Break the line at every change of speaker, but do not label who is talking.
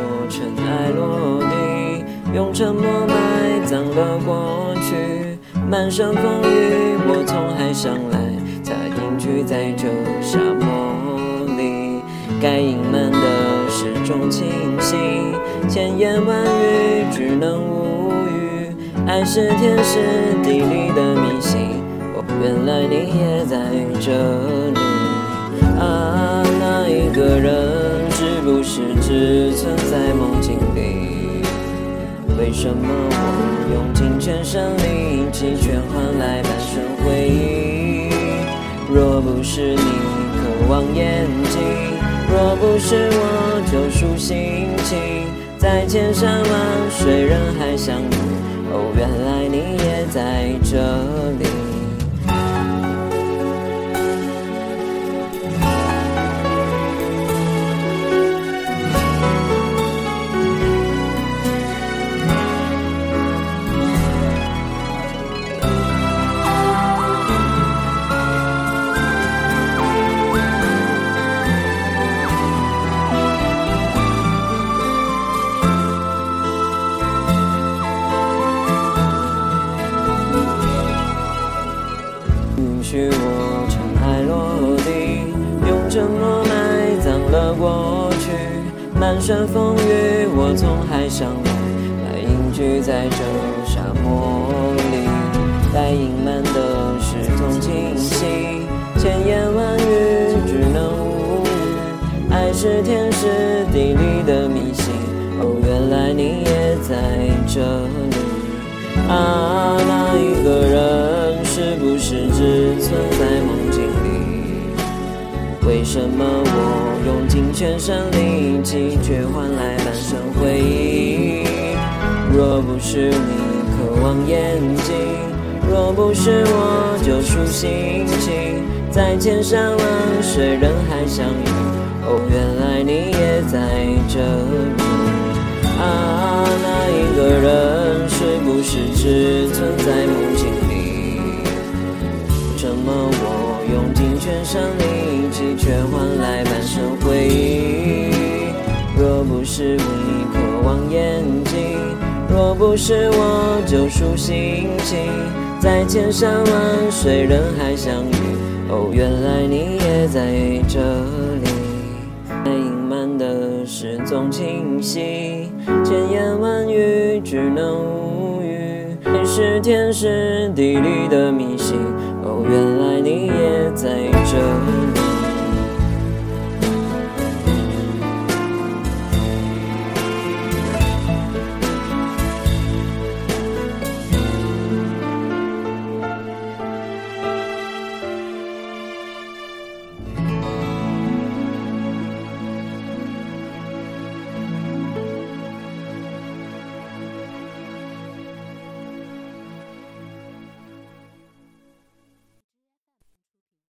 我尘埃落地，用沉默埋葬了过去。满身风雨，我从海上来，才隐居在这沙漠里。该隐瞒的始终清晰，千言万语只能无语。爱是天时地利的迷信，哦，原来你也在这里。啊，那一个人是不是只存在梦境里？为什么我用尽全身力气，却换来半生回忆？若不是你渴望眼睛，若不是我救赎心情，在千山万水人海相遇，哦，原来你也在这里。允许我尘埃落地，用沉默埋葬了过去。满身风雨，我从海上来，隐居在这沙漠里。该隐瞒的事痛清晰，千言万语只能无语。爱是天时地利的迷信，哦，原来你也在这里。啊，那一个人是不是只存在梦境里？为什么我用尽全身力气，却换来半生回忆？若不是你渴望眼睛，若不是我救赎心情，在千山万水人海相遇，哦，原来你也在这里。啊，那一个人是不是只存在梦境里？为什么我用尽全身力气，却换来半生回忆？若不是你渴望眼睛，若不是我救赎心情，在千山万水人海相遇，哦，原来你也在这里。隐瞒的事总清晰，千言万语只能无语。爱是天时地利的迷信，哦，原来你也在